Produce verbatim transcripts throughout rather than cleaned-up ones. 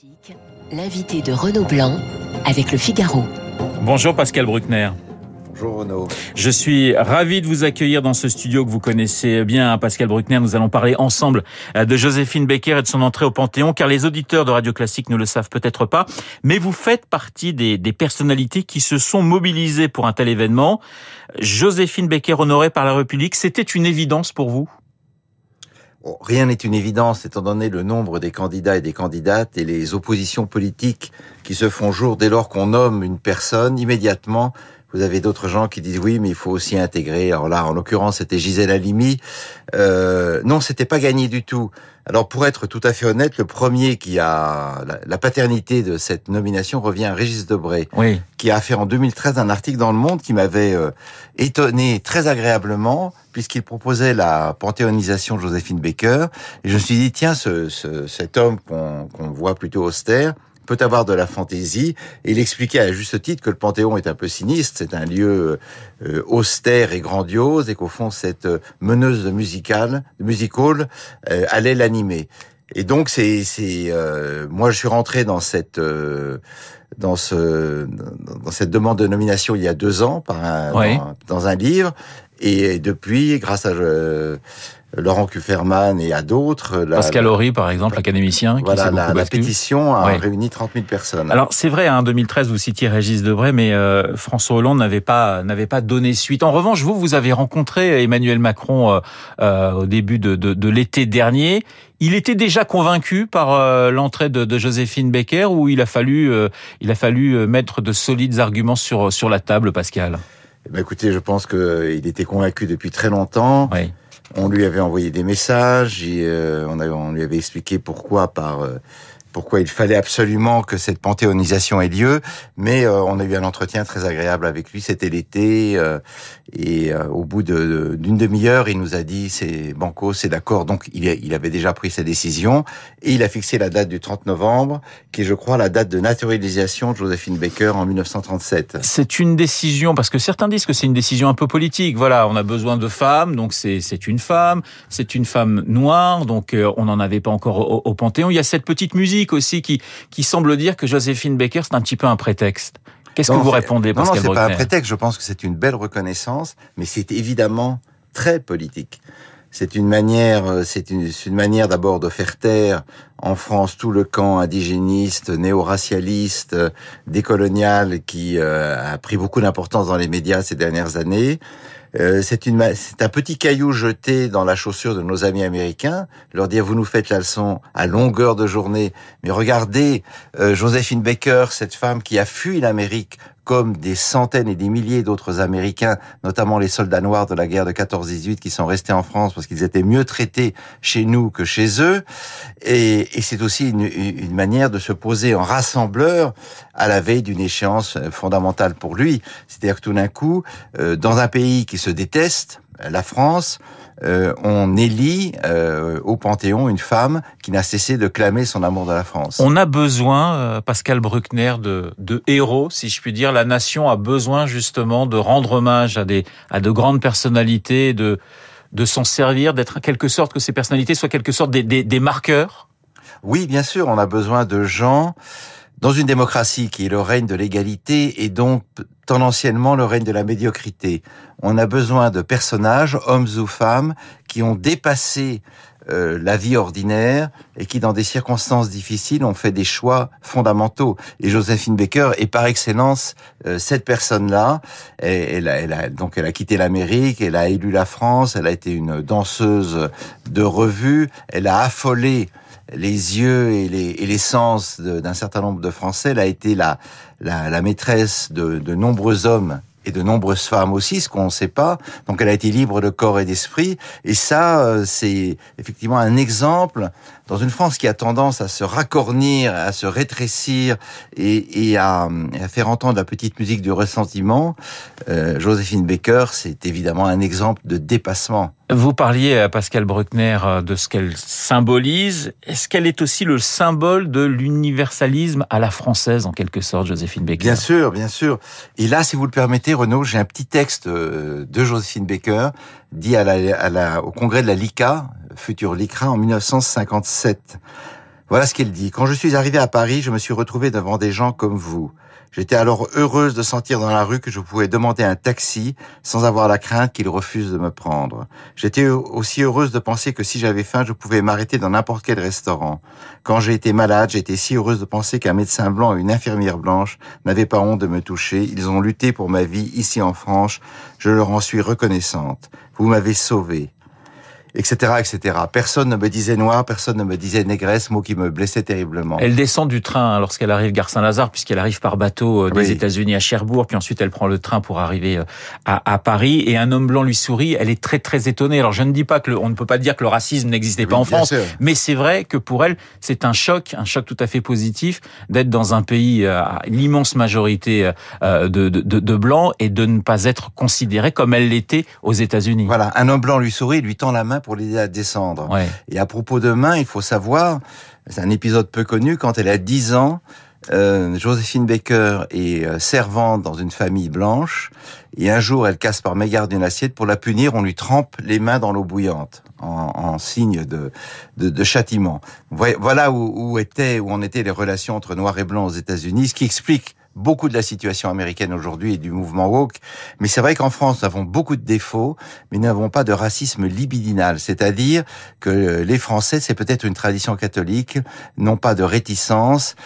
L'invité de Renaud Blanc avec Le Figaro. Bonjour Pascal Bruckner. Bonjour Renaud. Je suis ravi de vous accueillir dans ce studio que vous connaissez bien, Pascal Bruckner. Nous allons parler ensemble de Joséphine Baker et de son entrée au Panthéon, car les auditeurs de Radio Classique ne le savent peut-être pas, mais vous faites partie des, des personnalités qui se sont mobilisées pour un tel événement. Joséphine Baker honorée par la République, c'était une évidence pour vous ? Bon, rien n'est une évidence étant donné le nombre des candidats et des candidates et les oppositions politiques qui se font jour dès lors qu'on nomme une personne. Immédiatement, vous avez d'autres gens qui disent oui, mais il faut aussi intégrer. Alors là, en l'occurrence, c'était Gisèle Halimi. Euh, non, c'était pas gagné du tout. Alors pour être tout à fait honnête, le premier qui a la, la paternité de cette nomination revient à Régis Debray, oui. qui a fait en deux mille treize un article dans Le Monde qui m'avait euh, étonné très agréablement, puisqu'il proposait la panthéonisation de Joséphine Baker. Et je me suis dit, tiens, ce, ce, cet homme qu'on, qu'on voit plutôt austère peut avoir de la fantaisie, et il expliquait à juste titre que le Panthéon est un peu sinistre, c'est un lieu euh, austère et grandiose, et qu'au fond cette meneuse de musical, de music hall euh, allait l'animer. Et donc c'est, c'est euh, moi je suis rentré dans cette euh, dans ce dans cette demande de nomination il y a deux ans par un, oui. dans, dans un livre, et depuis grâce à euh, Laurent Kufferman et à d'autres. La, Pascal Horry, par exemple, l'académicien. Voilà, qui s'est la, beaucoup la battu. pétition a ouais. réuni trente mille personnes. Alors, c'est vrai, en hein, deux mille treize, vous citiez Régis Debray, mais euh, François Hollande n'avait pas n'avait pas donné suite. En revanche, vous, vous avez rencontré Emmanuel Macron euh, euh, au début de, de, de l'été dernier. Il était déjà convaincu par euh, l'entrée de, de Joséphine Baker, ou il a fallu euh, il a fallu mettre de solides arguments sur sur la table, Pascal? Eh ben, écoutez, je pense qu'il était convaincu depuis très longtemps. Oui. On lui avait envoyé des messages, et euh, on, avait, on lui avait expliqué pourquoi par euh, pourquoi il fallait absolument que cette panthéonisation ait lieu, mais euh, on a eu un entretien très agréable avec lui, c'était l'été, euh, et euh, au bout de, de, d'une demi-heure, il nous a dit c'est banco, c'est d'accord, donc il, il avait déjà pris sa décision, et il a fixé la date du trente novembre, qui est je crois la date de naturalisation de Joséphine Baker en dix-neuf cent trente-sept. C'est une décision, parce que certains disent que c'est une décision un peu politique, voilà, on a besoin de femmes, donc c'est, c'est une femme, c'est une femme noire, donc euh, on n'en avait pas encore au, au Panthéon, il y a cette petite musique aussi qui qui semble dire que Joséphine Baker c'est un petit peu un prétexte. Qu'est-ce non, que vous répondez, Pascal Bruckner ? Non, non, c'est Bruckner? pas un prétexte. Je pense que c'est une belle reconnaissance, mais c'est évidemment très politique. C'est une manière, c'est une, c'est une manière d'abord de faire taire en France tout le camp indigéniste, néo-racialiste, décolonial qui euh, a pris beaucoup d'importance dans les médias ces dernières années. Euh, c'est, une, c'est un petit caillou jeté dans la chaussure de nos amis américains, leur dire vous nous faites la leçon à longueur de journée, mais regardez euh, Joséphine Baker, cette femme qui a fui l'Amérique comme des centaines et des milliers d'autres Américains, notamment les soldats noirs de la guerre de quatorze dix-huit qui sont restés en France parce qu'ils étaient mieux traités chez nous que chez eux. Et, et c'est aussi une, une manière de se poser en rassembleur à la veille d'une échéance fondamentale pour lui. C'est-à-dire que tout d'un coup, euh, dans un pays qui se déteste, la France, euh, on élit euh, au Panthéon une femme qui n'a cessé de clamer son amour de la France. On a besoin, euh, Pascal Bruckner, de, de héros, si je puis dire. La nation a besoin justement de rendre hommage à des à de grandes personnalités, de de s'en servir, d'être en quelque sorte que ces personnalités soient quelque sorte des, des, des marqueurs. Oui, bien sûr, on a besoin de gens dans une démocratie qui est le règne de l'égalité et donc tendanciellement le règne de la médiocrité. On a besoin de personnages, hommes ou femmes, qui ont dépassé euh, la vie ordinaire et qui, dans des circonstances difficiles, ont fait des choix fondamentaux. Et Joséphine Baker est par excellence euh, cette personne-là. Et, elle, a, elle a, donc, elle a quitté l'Amérique, elle a élu la France, elle a été une danseuse de revue, elle a affolé les yeux et les, et les sens de, d'un certain nombre de Français. Elle a été la, la, la maîtresse de, de nombreux hommes et de nombreuses femmes aussi, ce qu'on ne sait pas. Donc elle a été libre de corps et d'esprit. Et ça, c'est effectivement un exemple dans une France qui a tendance à se racornir, à se rétrécir et, et à, à faire entendre la petite musique du ressentiment. Euh, Joséphine Baker, c'est évidemment un exemple de dépassement. Vous parliez à Pascal Bruckner de ce qu'elle symbolise. Est-ce qu'elle est aussi le symbole de l'universalisme à la française, en quelque sorte, Joséphine Baker? Bien sûr, bien sûr. Et là, si vous le permettez, Renaud, j'ai un petit texte de Joséphine Baker dit à la, à la, au congrès de la L I C A, futur L I C R A, en dix-neuf cent cinquante-sept. Voilà ce qu'elle dit. Quand je suis arrivée à Paris, je me suis retrouvée devant des gens comme vous. J'étais alors heureuse de sentir dans la rue que je pouvais demander un taxi sans avoir la crainte qu'il refuse de me prendre. J'étais aussi heureuse de penser que si j'avais faim, je pouvais m'arrêter dans n'importe quel restaurant. Quand j'ai été malade, j'étais si heureuse de penser qu'un médecin blanc et une infirmière blanche n'avaient pas honte de me toucher. Ils ont lutté pour ma vie ici en France. Je leur en suis reconnaissante. Vous m'avez sauvée. Etc, et cetera. Personne ne me disait noir, personne ne me disait négresse, mot qui me blessait terriblement. Elle descend du train lorsqu'elle arrive gare Saint-Lazare, puisqu'elle arrive par bateau des oui. États-Unis à Cherbourg, puis ensuite elle prend le train pour arriver à, à Paris, et un homme blanc lui sourit. Elle est très très étonnée. Alors je ne dis pas que le, on ne peut pas dire que le racisme n'existait oui, pas en France, sûr. Mais c'est vrai que pour elle c'est un choc, un choc tout à fait positif d'être dans un pays à l'immense majorité de, de, de, de blancs et de ne pas être considérée comme elle l'était aux États-Unis. Voilà, un homme blanc lui sourit, lui tend la main pour l'aider à descendre. Ouais. Et à propos de main, il faut savoir, c'est un épisode peu connu, quand elle a dix ans, euh, Joséphine Baker est euh, servante dans une famille blanche, et un jour, elle casse par mégarde une assiette. Pour la punir, on lui trempe les mains dans l'eau bouillante, en, en signe de, de, de châtiment. Voilà où, où, étaient, où en étaient les relations entre noirs et blancs aux États-Unis, ce qui explique beaucoup de la situation américaine aujourd'hui et du mouvement woke. Mais c'est vrai qu'en France, nous avons beaucoup de défauts, mais nous n'avons pas de racisme libidinal. C'est-à-dire que les Français, c'est peut-être une tradition catholique, n'ont pas de réticence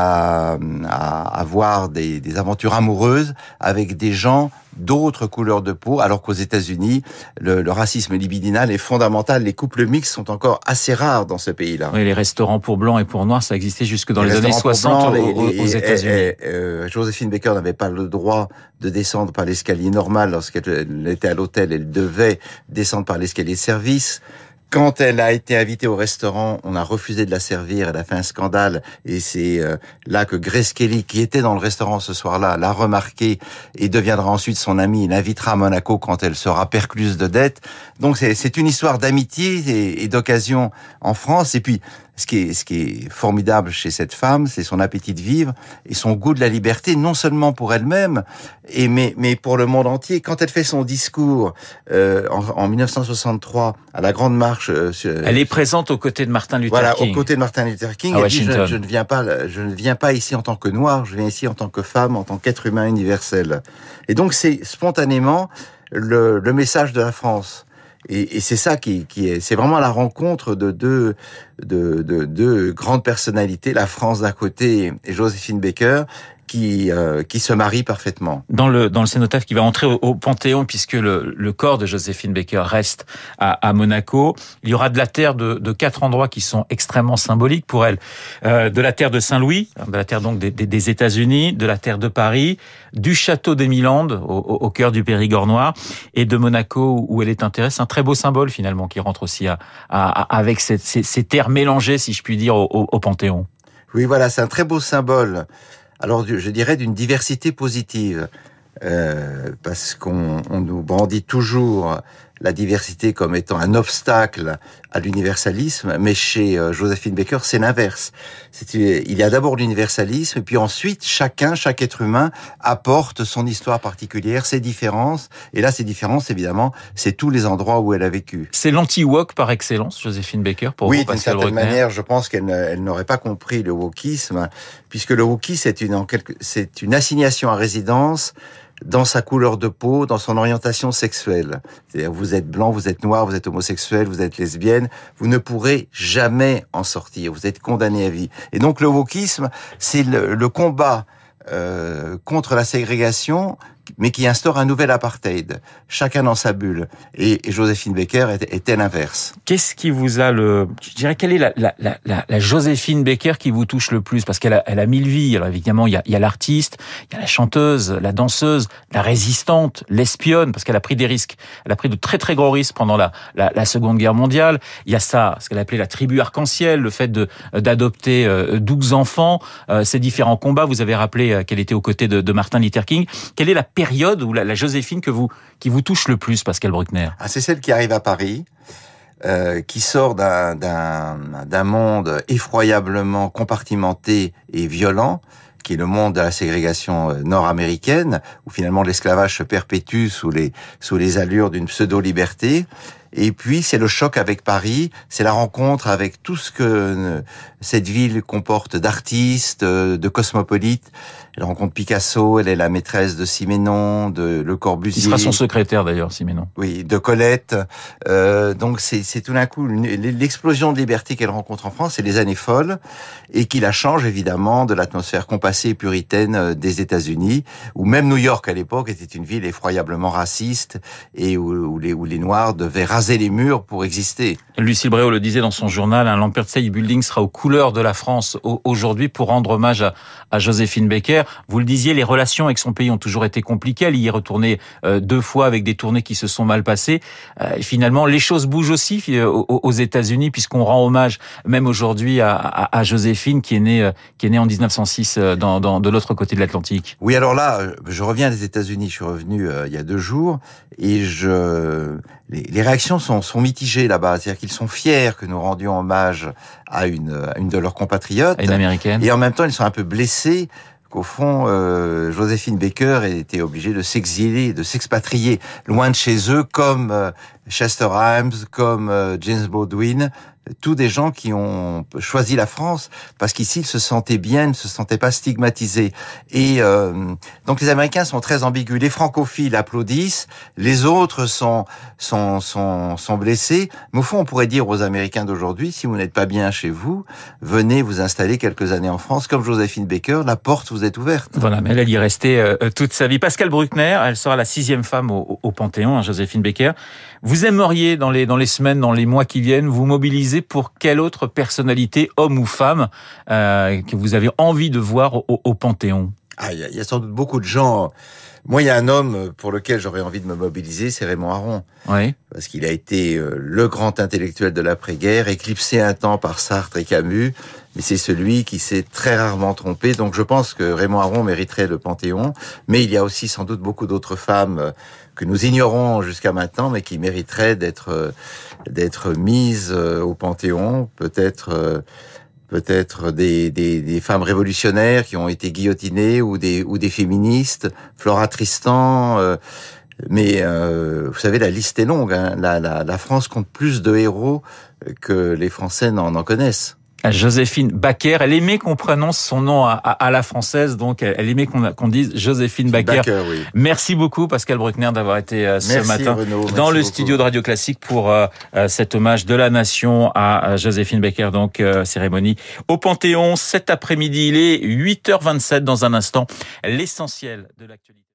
à, à avoir des, des aventures amoureuses avec des gens d'autres couleurs de peau, alors qu'aux États-Unis, le, le racisme libidinal est fondamental. Les couples mixtes sont encore assez rares dans ce pays-là. Oui, les restaurants pour blancs et pour noirs, ça existait jusque dans les, les années soixante blancs, aux, les, aux États-Unis. Et, et, euh, Joséphine Baker n'avait pas le droit de descendre par l'escalier normal lorsqu'elle était à l'hôtel. Elle devait descendre par l'escalier de service. Quand elle a été invitée au restaurant, on a refusé de la servir, elle a fait un scandale, et c'est euh, là que Grace Kelly, qui était dans le restaurant ce soir-là, l'a remarqué et deviendra ensuite son amie, et l'invitera à Monaco quand elle sera percluse de dettes. Donc c'est, c'est une histoire d'amitié et, et d'occasion en France, et puis ce qui est, ce qui est formidable chez cette femme, c'est son appétit de vivre et son goût de la liberté, non seulement pour elle-même, et mais, mais pour le monde entier. Quand elle fait son discours euh, en, en dix-neuf cent soixante-trois à la Grande Marche, euh, elle est présente aux côtés de Martin Luther voilà, King. Voilà, aux côtés de Martin Luther King. Elle dit, je, je ne viens pas, je ne viens pas ici en tant que noir, je viens ici en tant que femme, en tant qu'être humain universel. Et donc c'est spontanément le, le message de la France. Et, et c'est ça qui, qui est, c'est vraiment la rencontre de deux, de, de deux grandes personnalités, la France d'un côté et Joséphine Baker, qui euh, qui se marient parfaitement. Dans le dans le cénotaphe qui va entrer au, au Panthéon, puisque le, le corps de Joséphine Baker reste à, à Monaco, il y aura de la terre de, de quatre endroits qui sont extrêmement symboliques pour elle. Euh, de la terre de Saint-Louis, de la terre donc des, des, des États-Unis, de la terre de Paris, du château d'Émilande au, au, au cœur du Périgord noir, et de Monaco où elle est enterrée. C'est un très beau symbole finalement qui rentre aussi à, à, à avec ces, ces, ces terres mélangées, si je puis dire, au, au, au Panthéon. Oui, voilà, c'est un très beau symbole. Alors, je dirais d'une diversité positive, euh, parce qu'on on nous brandit toujours la diversité comme étant un obstacle à l'universalisme, mais chez euh, Joséphine Baker, c'est l'inverse. C'est, il y a d'abord l'universalisme, et puis ensuite, chacun, chaque être humain apporte son histoire particulière, ses différences, et là, ces différences, évidemment, c'est tous les endroits où elle a vécu. C'est l'anti-woke par excellence, Joséphine Baker, pour oui, vous, d'une certaine Bruckner. manière, je pense qu'elle elle n'aurait pas compris le wokisme, puisque le wokisme, c'est une, en quelque, c'est une assignation à résidence dans sa couleur de peau, dans son orientation sexuelle. C'est-à-dire, vous êtes blanc, vous êtes noir, vous êtes homosexuel, vous êtes lesbienne, vous ne pourrez jamais en sortir, vous êtes condamné à vie. Et donc le wokisme, c'est le, le combat euh, contre la ségrégation, mais qui instaure un nouvel apartheid, chacun dans sa bulle. Et, et Joséphine Baker était, était l'inverse. Qu'est-ce qui vous a le, je dirais, quelle est la, la, la, la Joséphine Baker qui vous touche le plus? Parce qu'elle a, elle a mille vies. Alors évidemment, il y a, il y a l'artiste, il y a la chanteuse, la danseuse, la résistante, l'espionne, parce qu'elle a pris des risques. Elle a pris de très très gros risques pendant la, la, la Seconde Guerre mondiale. Il y a ça, ce qu'elle appelait la tribu arc-en-ciel, le fait de d'adopter douze enfants, euh, ces différents combats. Vous avez rappelé qu'elle était aux côtés de, de Martin Luther King. Quelle est la période où la, la Joséphine que vous, qui vous touche le plus, Pascal Bruckner? Ah, c'est celle qui arrive à Paris, euh, qui sort d'un, d'un, d'un monde effroyablement compartimenté et violent, qui est le monde de la ségrégation nord-américaine, où finalement l'esclavage se perpétue sous les, sous les allures d'une pseudo-liberté. Et puis, c'est le choc avec Paris, c'est la rencontre avec tout ce que cette ville comporte d'artistes, de cosmopolites. Elle rencontre Picasso, elle est la maîtresse de Siménon, de Le Corbusier. Il sera son secrétaire d'ailleurs, Siménon. Oui, de Colette. Euh, donc c'est, c'est tout d'un coup l'explosion de liberté qu'elle rencontre en France, c'est les années folles, et qui la change évidemment de l'atmosphère compassée et puritaine des États-Unis, où même New York à l'époque était une ville effroyablement raciste et où, où, les, où les Noirs devaient raser les murs pour exister. Lucille Bréau le disait dans son journal, hein, l'Empire State Building sera aux couleurs de la France aujourd'hui pour rendre hommage à, à Joséphine Baker. Vous le disiez, les relations avec son pays ont toujours été compliquées. Elle y est retournée euh, deux fois avec des tournées qui se sont mal passées. Euh, finalement, les choses bougent aussi euh, aux, aux États-Unis, puisqu'on rend hommage même aujourd'hui à, à, à Joséphine, qui est née, euh, qui est née en dix-neuf cent six euh, dans, dans, de l'autre côté de l'Atlantique. Oui, alors là, je reviens des États-Unis. Je suis revenu euh, il y a deux jours et je les, les réactions sont, sont mitigées là-bas. C'est-à-dire qu'ils sont fiers que nous rendions hommage à une, à une de leurs compatriotes, à une américaine, et en même temps, ils sont un peu blessés. Au fond, euh, Joséphine Baker était obligée de s'exiler, de s'expatrier loin de chez eux, comme euh, Chester Himes, comme euh, James Baldwin, tous des gens qui ont choisi la France parce qu'ici ils se sentaient bien, ils ne se sentaient pas stigmatisés. Et euh, donc les Américains sont très ambigus. Les francophiles applaudissent, les autres sont sont sont sont blessés. Mais au fond, on pourrait dire aux Américains d'aujourd'hui, si vous n'êtes pas bien chez vous, venez vous installer quelques années en France, comme Joséphine Baker. La porte vous est ouverte. Voilà, mais elle y est restée euh, toute sa vie. Pascale Bruckner, elle sera la sixième femme au, au Panthéon, hein, Joséphine Baker. Vous aimeriez dans les dans les semaines, dans les mois qui viennent, vous mobiliser pour quelle autre personnalité, homme ou femme, euh, que vous avez envie de voir au, au Panthéon? Ah, il y, y a sans doute beaucoup de gens. Moi, il y a un homme pour lequel j'aurais envie de me mobiliser, c'est Raymond Aron. Oui. Parce qu'il a été le grand intellectuel de l'après-guerre, éclipsé un temps par Sartre et Camus, mais c'est celui qui s'est très rarement trompé. Donc je pense que Raymond Aron mériterait le Panthéon, mais il y a aussi sans doute beaucoup d'autres femmes que nous ignorons jusqu'à maintenant, mais qui mériteraient d'être d'être mises au Panthéon, peut-être peut-être des, des, des femmes révolutionnaires qui ont été guillotinées, ou des ou des féministes, Flora Tristan. Euh, mais euh, vous savez, la liste est longue. Hein. La, la, la France compte plus de héros que les Français n'en, n'en connaissent. Joséphine Baker, elle aimait qu'on prononce son nom à, à, à la française, donc elle aimait qu'on, qu'on dise Joséphine Baker. Baker, oui. Merci beaucoup Pascale Bruckner d'avoir été euh, ce merci, matin Renaud, dans le beaucoup. studio de Radio Classique pour euh, cet hommage de la nation à, à Joséphine Baker, donc euh, cérémonie au Panthéon cet après-midi. Il est huit heures vingt-sept. Dans un instant, l'essentiel de l'actualité.